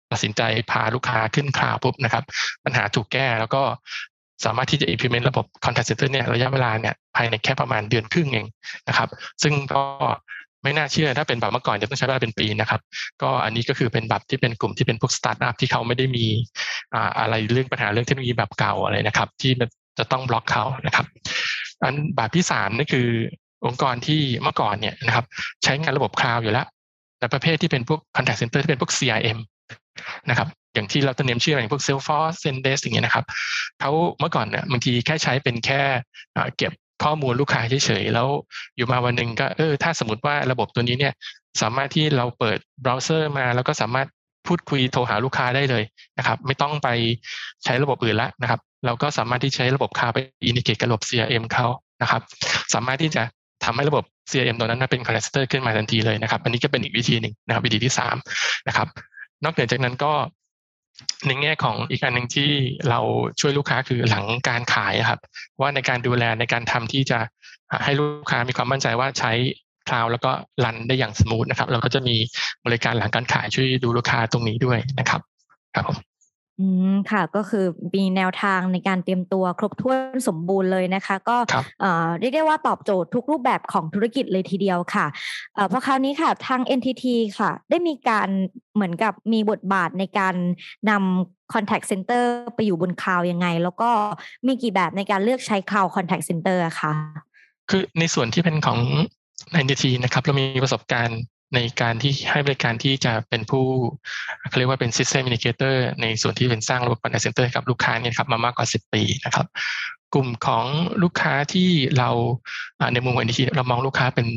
ตัดสินใจพาลูกค้าขึ้นคลาวด์ปุ๊บนะครับปัญหาถูกแก้แล้วก็สามารถที่จะ implement ระบบ contact center เนี่ยระยะเวลาเนี่ยภายในแค่ประมาณเดือนครึ่งเองนะครับซึ่งก็ไม่น่าเชื่อถ้าเป็นแบบเมื่อก่อนจะต้องใช้เวลาเป็นปีนะครับก็อันนี้ก็คือเป็นแบบที่เป็นกลุ่มที่เป็นพวกสตาร์ทอัพที่เขาไม่ได้มีอะไรเรื่องปัญหาเรื่องเทคโนโลยีแบบเก่าอะไรนะครับที่มันจะต้องบล็อกเขานะครับอันแบบที่3นี่คือองค์กรที่เมื่อก่อนเนี่ยนะครับใช้งานระบบคลาวด์อยู่แล้วแต่ประเภทที่เป็นพวก contact center ที่เป็นพวก CRM นะครับอย่างที่เราจะเน้นชื่ออย่างพวก Salesforce Zendesk อย่างเงี้ยนะครับเขาเมื่อก่อนเนี่ยบางทีแค่ใช้เป็นแค่เก็บข้อมูลลูกค้าเฉยๆแล้วอยู่มาวันหนึ่งก็ถ้าสมมติว่าระบบตัวนี้เนี่ยสามารถที่เราเปิดเบราว์เซอร์มาแล้วก็สามารถพูดคุยโทรหาลูกค้าได้เลยนะครับไม่ต้องไปใช้ระบบอื่นละนะครับเราก็สามารถที่ใช้ระบบคลาวด์ไปอินทิเกรตกับระบบ CRM เขานะครับสามารถที่จะทำให้ระบบ CRM ตัวนั้นเป็น Contact Center ขึ้นมาทันทีเลยนะครับอันนี้ก็เป็นอีกวิธีหนึ่งนะครับวิธีที่3นะครับนอกเหนือจากนั้นก็ในแง่ของอีกอันหนึ่งที่เราช่วยลูกค้าคือหลังการขายครับว่าในการดูแลในการทำที่จะให้ลูกค้ามีความมั่นใจว่าใช้คลาวด์แล้วก็รันได้อย่างสมูทนะครับเราก็จะมีบริการหลังการขายช่วยดูลูกค้าตรงนี้ด้วยนะครับครับผมค่ะก็คือมีแนวทางในการเตรียมตัวครบถ้วนสมบูรณ์เลยนะคะก็เรียกได้ว่าตอบโจทย์ทุกรูปแบบของธุรกิจเลยทีเดียวค่ะเพราะคราวนี้ค่ะทาง NTT ค่ะได้มีการเหมือนกับมีบทบาทในการนำ Contact Center ไปอยู่บนคลาวด์ยังไงแล้วก็มีกี่แบบในการเลือกใช้ Cloud Contact Center อะคะคือในส่วนที่เป็นของ NTT นะครับเรามีประสบการณ์ในการที่ให้บริการที่จะเป็นผู้เขาเรียกว่าเป็น System Integrator ในส่วนที่เป็นสร้างระบบ Contact Center กับลูกค้าเนี่ยครับมามากกว่า10 ปีนะครับกลุ่มของลูกค้าที่เราในมุมของ NTT เรามองลูกค้าเป็น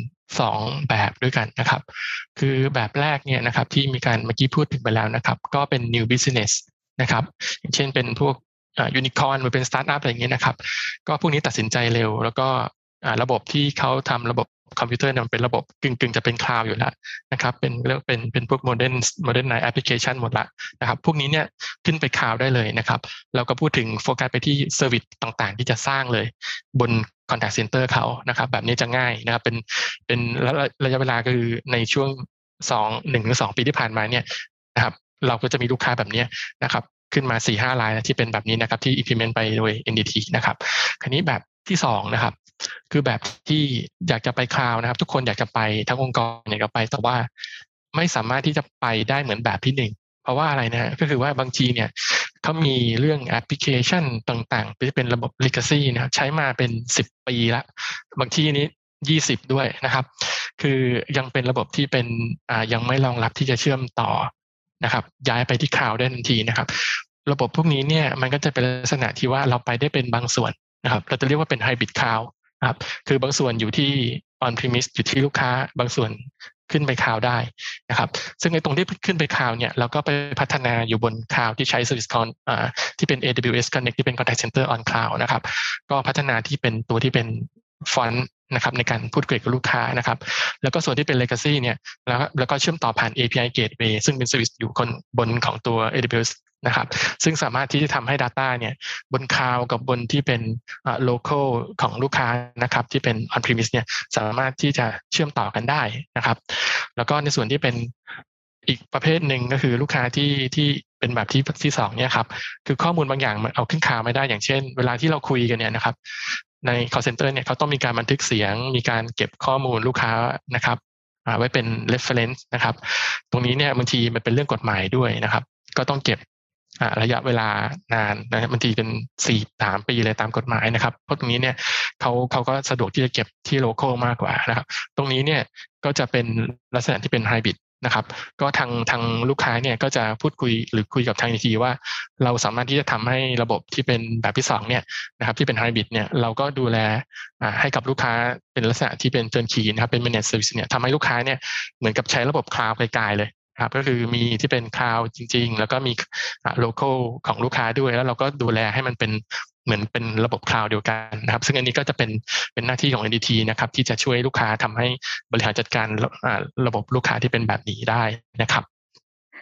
2แบบด้วยกันนะครับคือแบบแรกเนี่ยนะครับที่มีการเมื่อกี้พูดถึงไปแล้วนะครับก็เป็น New Business นะครับอย่างเช่นเป็นพวกยูนิคอร์นหรือเป็นสตาร์ทอัพอะไรอย่างเงี้ยนะครับก็พวกนี้ตัดสินใจเร็วแล้วก็ระบบที่เขาทำระบบคอมพิวเตอร์เนี่ยมันเป็นระบบกึ่งจะเป็นคลาวด์อยู่แล้วนะครับเป็นเรียกเป็นพวกโมเดิร์นแอปพลิเคชันหมดละนะครับพวกนี้เนี่ยขึ้นไปคลาวด์ได้เลยนะครับเราก็พูดถึงโฟกัสไปที่เซอร์วิสต่างๆที่จะสร้างเลยบน Contact Center เขานะครับแบบนี้จะง่ายนะครับเป็นระยะเวลาคือในช่วง1 หรือ 2 ปีที่ผ่านมาเนี่ยนะครับเราก็จะมีลูกค้าแบบนี้นะครับขึ้นมา 4-5 รายที่เป็นแบบนี้นะครับที่ implement ไปโดย NTT นะครับคราวนี้แบบที่2นะครับคือแบบที่อยากจะไปคลาวด์นะครับทุกคนอยากจะไปทั้งองค์กรอยากจะไปแต่ว่าไม่สามารถที่จะไปได้เหมือนแบบที่1เพราะว่าอะไรนะฮะก็คือว่าบางทีเนี่ยเขามีเรื่องแอปพลิเคชันต่างๆที่เป็นระบบ legacy นะครับใช้มาเป็น10 ปีแล้วบางที่นี้20ด้วยนะครับคือยังเป็นระบบที่เป็นยังไม่รองรับที่จะเชื่อมต่อนะครับย้ายไปที่คลาวด์ได้ทันทีนะครับระบบพวกนี้เนี่ยมันก็จะเป็นลักษณะที่ว่าเราไปได้เป็นบางส่วนนะครับเราจะเรียกว่าเป็น hybrid cloud ครับคือบางส่วนอยู่ที่ on premise อยู่ที่ลูกค้าบางส่วนขึ้นไปคลาวด์ได้นะครับซึ่งในตรงที่ขึ้นไปคลาวด์เนี่ยเราก็ไปพัฒนาอยู่บนคลาวด์ที่ใช้ Serviceที่เป็น AWS Connect ที่เป็น Contact Center on Cloud นะครับก็พัฒนาที่เป็นตัวที่เป็นฟอนต์นะครับในการพูดคุยกับลูกค้านะครับแล้วก็ส่วนที่เป็น legacy เนี่ยแล้วก็เชื่อมต่อผ่าน API Gateway ซึ่งเป็น service อยู่บนของตัว AWS นะครับซึ่งสามารถที่จะทำให้ Data เนี่ยบนคลาวด์กับบนที่เป็นlocal ของลูกค้านะครับที่เป็น on premise เนี่ยสามารถที่จะเชื่อมต่อกันได้นะครับแล้วก็ในส่วนที่เป็นอีกประเภทหนึ่งก็คือลูกค้าที่เป็นแบบที่2เนี่ยครับคือข้อมูลบางอย่างมันเอาขึ้นคลาวด์ไม่ได้อย่างเช่นเวลาที่เราคุยกันเนี่ยนะครับใน call center เนี่ยเขาต้องมีการบันทึกเสียงมีการเก็บข้อมูลลูกค้านะครับไว้เป็น reference นะครับตรงนี้เนี่ยบางทีมันเป็นเรื่องกฎหมายด้วยนะครับก็ต้องเก็บระยะเวลานานนะบางทีเป็น4-3 ปีเลยตามกฎหมายนะครับเพราะตรงนี้เนี่ยเขาก็สะดวกที่จะเก็บที่โลคอลมากกว่านะครับตรงนี้เนี่ยก็จะเป็นลักษณะที่เป็นไฮบริดนะครับก็ทางลูกค้าเนี่ยก็จะพูดคุยหรือคุยกับทาง NTT ว่าเราสามารถที่จะทำให้ระบบที่เป็นแบบที่2เนี่ยนะครับที่เป็นไฮบริดเนี่ยเราก็ดูแลให้กับลูกค้าเป็นลักษณะที่เป็นเทิร์นคีนะครับเป็น managed service เนี่ยทำให้ลูกค้าเนี่ยเหมือนกับใช้ระบบคลาวด์ไกลๆเลยครับก็คือมีที่เป็นคลาวด์จริงๆแล้วก็มีโลคอลของลูกค้าด้วยแล้วเราก็ดูแลให้มันเป็นเหมือนเป็นระบบคลาวด์เดียวกันนะครับซึ่งอันนี้ก็จะเป็นหน้าที่ของ NTT นะครับที่จะช่วยลูกค้าทำให้บริหารจัดการระบบลูกค้าที่เป็นแบบนี้ได้นะครับ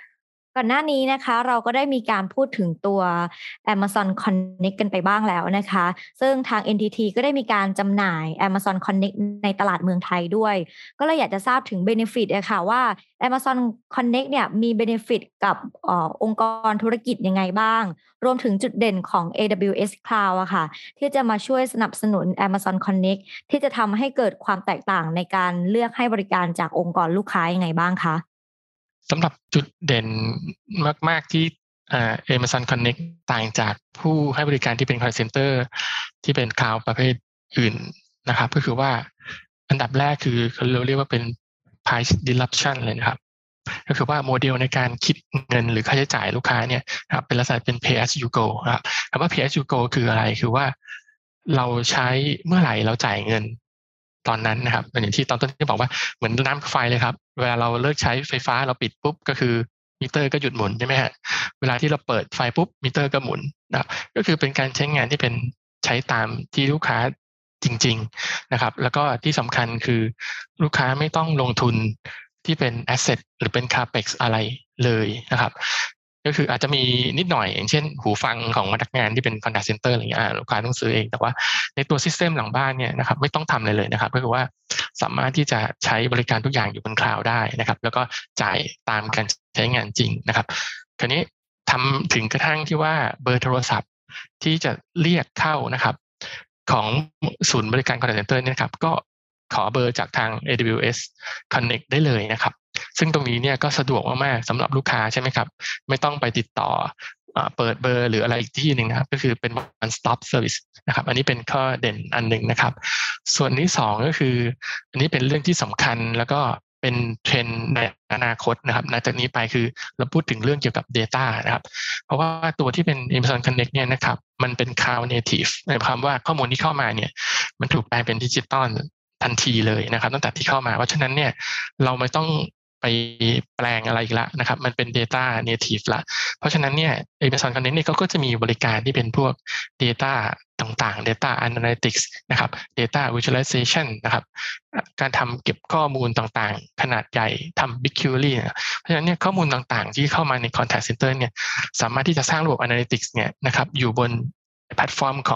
ก่อนหน้านี้นะคะเราก็ได้มีการพูดถึงตัว Amazon Connect กันไปบ้างแล้วนะคะซึ่งทาง NTT ก็ได้มีการจำหน่าย Amazon Connect ในตลาดเมืองไทยด้วยก็เลยอยากจะทราบถึง benefit อะค่ะว่า Amazon Connect เนี่ยมี benefit กับองค์กรธุรกิจยังไงบ้างรวมถึงจุดเด่นของ AWS Cloud อะค่ะที่จะมาช่วยสนับสนุน Amazon Connect ที่จะทำให้เกิดความแตกต่างในการเลือกให้บริการจากองค์กรลูกค้ายังไงบ้างคะสำหรับจุดเด่นมากๆที่Amazon Connect ต่างจากผู้ให้บริการที่เป็น call center ที่เป็น cloud ประเภทอื่นนะครับก็คือว่าอันดับแรกคือเราเรียกว่าเป็น price disruption เลยนะครับก็คือว่าโมเดลในการคิดเงินหรือค่าใช้จ่ายลูกค้าเนี่ยครับเป็นลักษณะเป็น pay as you go นะครับคำว่า pay as you go คืออะไรคือว่าเราใช้เมื่อไหร่เราจ่ายเงินตอนนั้นนะครับอย่างที่ตอนต้นที่บอกว่าเหมือนน้ำไฟเลยครับเวลาเราเลิกใช้ไฟฟ้าเราปิดปุ๊บก็คือมิเตอร์ก็หยุดหมุนใช่ไหมฮะเวลาที่เราเปิดไฟปุ๊บมิเตอร์ก็หมุนนะครับก็คือเป็นการใช้งานที่เป็นใช้ตามที่ลูกค้าจริงๆนะครับแล้วก็ที่สำคัญคือลูกค้าไม่ต้องลงทุนที่เป็น asset หรือเป็น capex อะไรเลยนะครับก็คืออาจจะมีนิดหน่อยอย่างเช่นหูฟังของพนักงานที่เป็น contact center อะไรเงี้ยลูกค้าต้องซื้อเองแต่ว่าในตัว system หลังบ้านเนี่ยนะครับไม่ต้องทำอะไรเลยนะครับก็คือว่าสามารถที่จะใช้บริการทุกอย่างอยู่บนคลาวด์ได้นะครับแล้วก็จ่ายตามการใช้งานจริงนะครับคราวนี้ทำถึงกระทั่งที่ว่าเบอร์โทรศัพท์ที่จะเรียกเข้านะครับของศูนย์บริการ contact center เนี่ยครับก็ขอเบอร์จากทาง AWS Connect ได้เลยนะครับซึ่งตรงนี้เนี่ยก็สะดวกมากๆสำหรับลูกค้าใช่ไหมครับไม่ต้องไปติดต่อเปิดเบอร์หรืออะไรอีกที่หนึ่งนะครับก็คือเป็น one stop service นะครับอันนี้เป็นข้อเด่นอันหนึ่งนะครับส่วนที่สองก็คืออันนี้เป็นเรื่องที่สำคัญแล้วก็เป็นเทรนด์ในอนาคตนะครับหลังจากนี้ไปคือเราพูดถึงเรื่องเกี่ยวกับ Data นะครับเพราะว่าตัวที่เป็น Amazon Connect เนี่ยนะครับมันเป็น Cloud Native หมายความว่าข้อมูลที่เข้ามาเนี่ยมันถูกแปลงเป็นดิจิตอลทันทีเลยนะครับตั้งแต่ที่เข้ามาเพราะฉะนั้นเนี่ยเราไม่ต้องไปแปลงอะไรอีกแล้วนะครับมันเป็น Data Native ละเพราะฉะนั้นเนี่ย Amazon Connect เนี่ยเขาก็จะมีบริการที่เป็นพวก Data ต่างๆ Data Analytics นะครับ Data Visualization นะครับการทำเก็บข้อมูลต่างๆขนาดใหญ่ทำ BigQuery เพราะฉะนั้นเนี่ยข้อมูลต่างๆที่เข้ามาใน Contact Center เนี่ยสามารถที่จะสร้างระบบ Analytics เนี่ยนะครับอยู่บนแพลตฟอร์มของ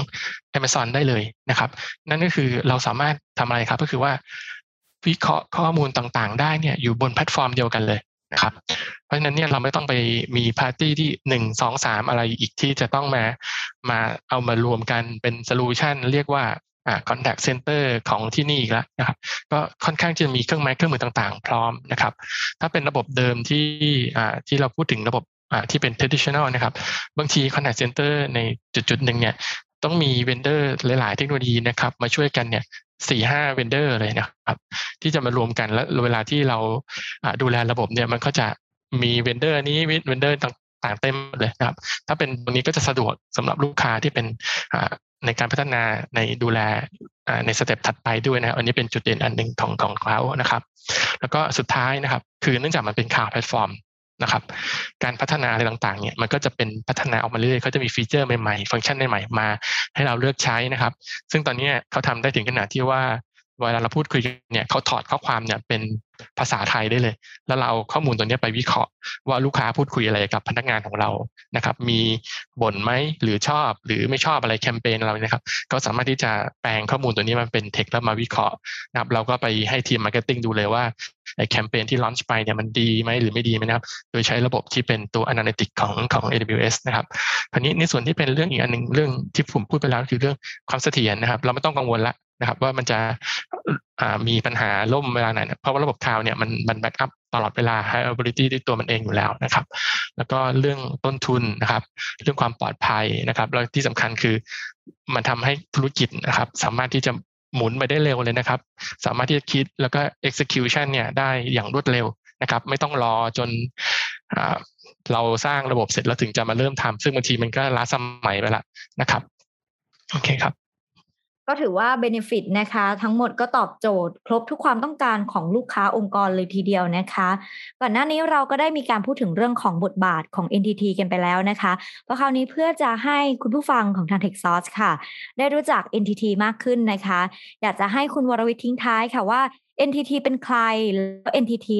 Amazon ได้เลยนะครับนั่นก็คือเราสามารถทำอะไรครับก็คือว่าวิเคราะห์ข้อมูลต่างๆได้เนี่ยอยู่บนแพลตฟอร์มเดียวกันเลยนะครับเพราะฉะนั้นเนี่ยเราไม่ต้องไปมีปาร์ตี้ที่1 2 3อะไรอีกที่จะต้องมาเอามารวมกันเป็นโซลูชันเรียกว่าcontact center ของที่นี่อีกแล้วนะครับก็ค่อนข้างจะมีเครื่องไม้เครื่องมือต่างๆพร้อมนะครับถ้าเป็นระบบเดิมที่เราพูดถึงระบบที่เป็น traditional นะครับบางที contact center ในจุดหนึ่งเนี่ยต้องมีเวนเดอร์หลายๆเทคโนโลยีนะครับมาช่วยกันเนี่ย4-5เวนเดอร์เลยนะครับที่จะมารวมกันแล้วเวลาที่เราดูแลระบบเนี่ยมันก็จะมีเวนเดอร์นี้เวนเดอร์ต่างๆเต็มเลยนะครับถ้าเป็นตรงนี้ก็จะสะดวกสำหรับลูกค้าที่เป็นในการพัฒนาในดูแลในสเต็ปถัดไปด้วยนะครับอันนี้เป็นจุดเด่นอันหนึ่งของเขานะครับแล้วก็สุดท้ายนะครับคือเนื่องจากมันเป็นคลาวด์แพลตฟอร์มนะครับการพัฒนาอะไรต่างๆเนี่ยมันก็จะเป็นพัฒนาออกมาเรื่อยๆเขาจะมีฟีเจอร์ใหม่ๆฟังก์ชันใหม่ๆมาให้เราเลือกใช้นะครับซึ่งตอนนี้เขาทำได้ถึงขนาดที่ว่าเวลาเราพูดคุยเนี่ยเขาถอดข้อความเนี่ยเป็นภาษาไทยได้เลยแล้วเราเอาข้อมูลตัวนี้ไปวิเคราะห์ว่าลูกค้าพูดคุยอะไรกับพนักงานของเรานะครับมีบ่นไหมหรือชอบหรือไม่ชอบอะไรแคมเปญเราเนี่ยครับก็สามารถที่จะแปลงข้อมูลตัวนี้มันเป็นเทคแล้วมาวิเคราะห์นะครับเราก็ไปให้ทีมมาร์เก็ตติ้งดูเลยว่าไอ้แคมเปญที่ลอนช์ไปเนี่ยมันดีไหมหรือไม่ดีไหมนะครับโดยใช้ระบบที่เป็นตัว Analytics ของ AWS นะครับคราวนี้ในส่วนที่เป็นเรื่องอีกอันหนึ่งเรื่องที่ผมพูดไปแล้วคือเรื่องความเสถียรนะครับเราไม่ต้องกังวลละนะครับว่ามันจะมีปัญหาล่มเวลาไหนเพราะว่าระบบคลาวด์เนี่ยมันแบ็กอัพตลอดเวลา high availability ด้วยตัวมันเองอยู่แล้วนะครับแล้วก็เรื่องต้นทุนนะครับเรื่องความปลอดภัยนะครับแล้วที่สำคัญคือมันทำให้ธุรกิจนะครับสามารถที่จะหมุนไปได้เร็วเลยนะครับสามารถที่จะคิดแล้วก็ execution เนี่ยได้อย่างรวดเร็วนะครับไม่ต้องรอจนเราสร้างระบบเสร็จแล้วถึงจะมาเริ่มทำซึ่งบางทีมันก็ล้าสมัยไปละนะครับโอเคครับก็ถือว่า benefit นะคะทั้งหมดก็ตอบโจทย์ครบทุกความต้องการของลูกค้าองค์กรเลยทีเดียวนะคะก่อนหน้านี้เราก็ได้มีการพูดถึงเรื่องของบทบาทของ NTT กันไปแล้วนะคะเพราะคราวนี้เพื่อจะให้คุณผู้ฟังของทาง TechSauce ค่ะได้รู้จัก NTT มากขึ้นนะคะอยากจะให้คุณวรวิทย์ทิ้งท้ายค่ะว่า NTT เป็นใครแล้ว NTT เนี่ย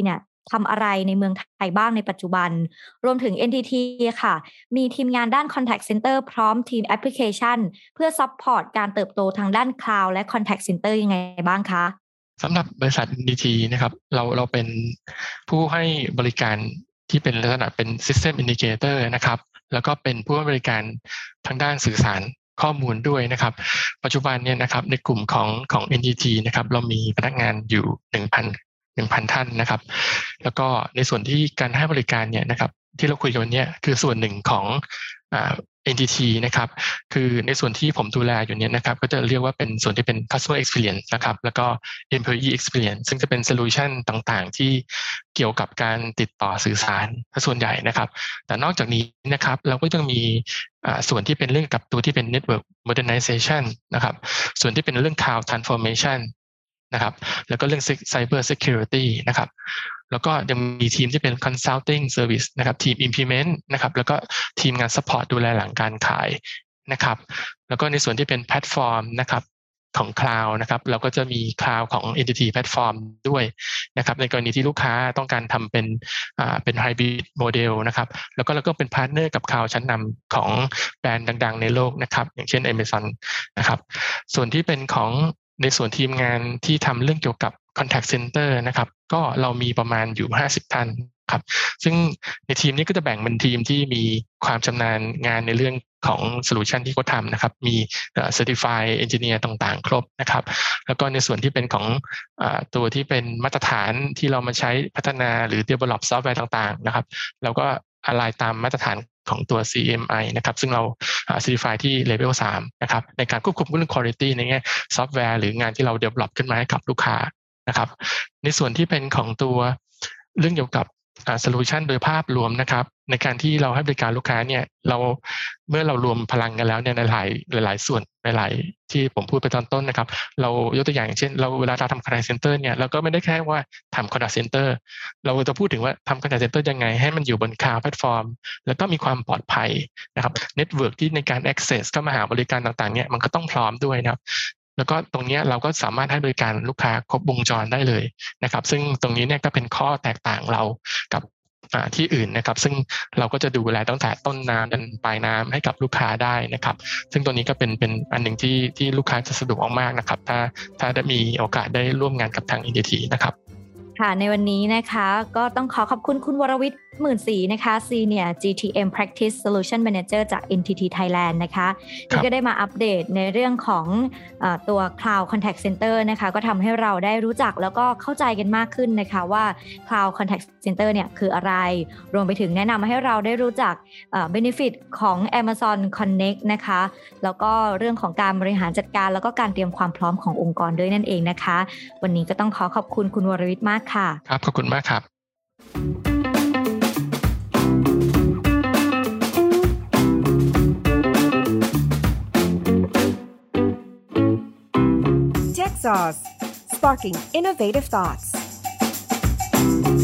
ทำอะไรในเมืองไทยบ้างในปัจจุบันรวมถึง NTT ค่ะมีทีมงานด้าน Contact Center พร้อมทีมแอปพลิเคชันเพื่อซัพพอร์ตการเติบโตทางด้าน Cloud และ Contact Center ยังไงบ้างคะสำหรับบริษัท NTT นะครับเราเป็นผู้ให้บริการที่เป็นลักษณะเป็น System Integrator นะครับแล้วก็เป็นผู้ให้บริการทางด้านสื่อสารข้อมูลด้วยนะครับปัจจุบันเนี่ยนะครับในกลุ่มของ NTT นะครับเรามีพนักงานอยู่ 1,000 ท่านนะครับแล้วก็ในส่วนที่การให้บริการเนี่ยนะครับที่เราคุยกันวันนี้คือส่วนหนึ่งของNTT นะครับคือในส่วนที่ผมดูแลอยู่เนี่ยนะครับก็จะเรียกว่าเป็นส่วนที่เป็น customer experience นะครับแล้วก็ employee experience ซึ่งจะเป็น solution ต่างๆที่เกี่ยวกับการติดต่อสื่อสารส่วนใหญ่นะครับแต่นอกจากนี้นะครับเราก็ยังมีส่วนที่เป็นเรื่องกับตัวที่เป็น network modernization นะครับส่วนที่เป็นเรื่อง cloud transformation นะครับแล้วก็เรื่อง cyber security นะครับแล้วก็ยังมีทีมที่เป็น consulting service นะครับทีม implement นะครับแล้วก็ทีมงาน support ดูแลหลังการขายนะครับแล้วก็ในส่วนที่เป็นแพลตฟอร์มนะครับของ cloud นะครับเราก็จะมี cloud ของ entity platform ด้วยนะครับในกรณีที่ลูกค้าต้องการทำเป็น hybrid model นะครับแล้วก็เราก็เป็น partner กับ cloud ชั้นนำของแบรนด์ดังๆในโลกนะครับอย่างเช่น Amazon นะครับส่วนที่เป็นของในส่วนทีมงานที่ทำเรื่องเกี่ยวกับ contact center นะครับก็เรามีประมาณอยู่50ท่านครับซึ่งในทีมนี้ก็จะแบ่งเป็นทีมที่มีความชำนาญงานในเรื่องของโซลูชันที่เขาทำนะครับมี certified engineer ต่างๆครบนะครับแล้วก็ในส่วนที่เป็นของตัวที่เป็นมาตรฐานที่เรามาใช้พัฒนาหรือ develop ซอฟต์แวร์ต่างๆนะครับเราก็align ตามมาตรฐานของตัว CMI นะครับซึ่งเราcertify ที่ level 3นะครับในการควบคุมเรื่อง quality ในแง่ซอฟต์แวร์หรืองานที่เรา develop ขึ้นมาให้กับลูกค้านะครับในส่วนที่เป็นของตัวเรื่องเกี่ยวกับsolution โดยภาพรวมนะครับในการที่เราให้บริการลูกค้าเนี่ยเมื่อเรารวมพลังกันแล้วเนี่ยในหลายส่วนหลายที่ผมพูดไปตอนต้นนะครับเรายกตัวอย่างเช่นเวลาเราทำ contact center เนี่ยเราก็ไม่ได้แค่ว่าทำ contact center เราจะพูดถึงว่าทำ contact center ยังไงให้มันอยู่บน cloud platform แล้วก็มีความปลอดภัยนะครับ network ที่ในการ access เข้ามาหาบริการต่างๆเนี่ยมันก็ต้องพร้อมด้วยนะครับแล้วก็ตรงนี้เราก็สามารถให้บริการลูกค้าครบวงจรได้เลยนะครับซึ่งตรงนี้เนี่ยก็เป็นข้อแตกต่างเรากับที่อื่นนะครับซึ่งเราก็จะดูแลตั้งแต่ต้นน้ำจนปลายน้ำให้กับลูกค้าได้นะครับซึ่งตัวนี้ก็เป็นอันหนึ่งที่ลูกค้าจะสะดวกมากๆนะครับถ้าได้มีโอกาสได้ร่วมงานกับทาง NTT นะครับค่ะในวันนี้นะคะก็ต้องขอบคุณคุณวรวิทย์หมื่นศรีนะคะ Senior GTM Practice Solution Manager จาก NTT Thailand นะคะที่ก็ได้มาอัปเดตในเรื่องของตัว Cloud Contact Center นะคะก็ทำให้เราได้รู้จักแล้วก็เข้าใจกันมากขึ้นนะคะว่า Cloud Contact Center เนี่ยคืออะไรรวมไปถึงแนะนำให้เราได้รู้จักbenefit ของ Amazon Connect นะคะแล้วก็เรื่องของการบริหารจัดการแล้วก็การเตรียมความพร้อมขององค์กรด้วยนั่นเองนะคะวันนี้ก็ต้องขอบคุณคุณวรวิทย์มากค่ะครับขอบคุณมากครับ TechSauce, sparking innovative thoughts.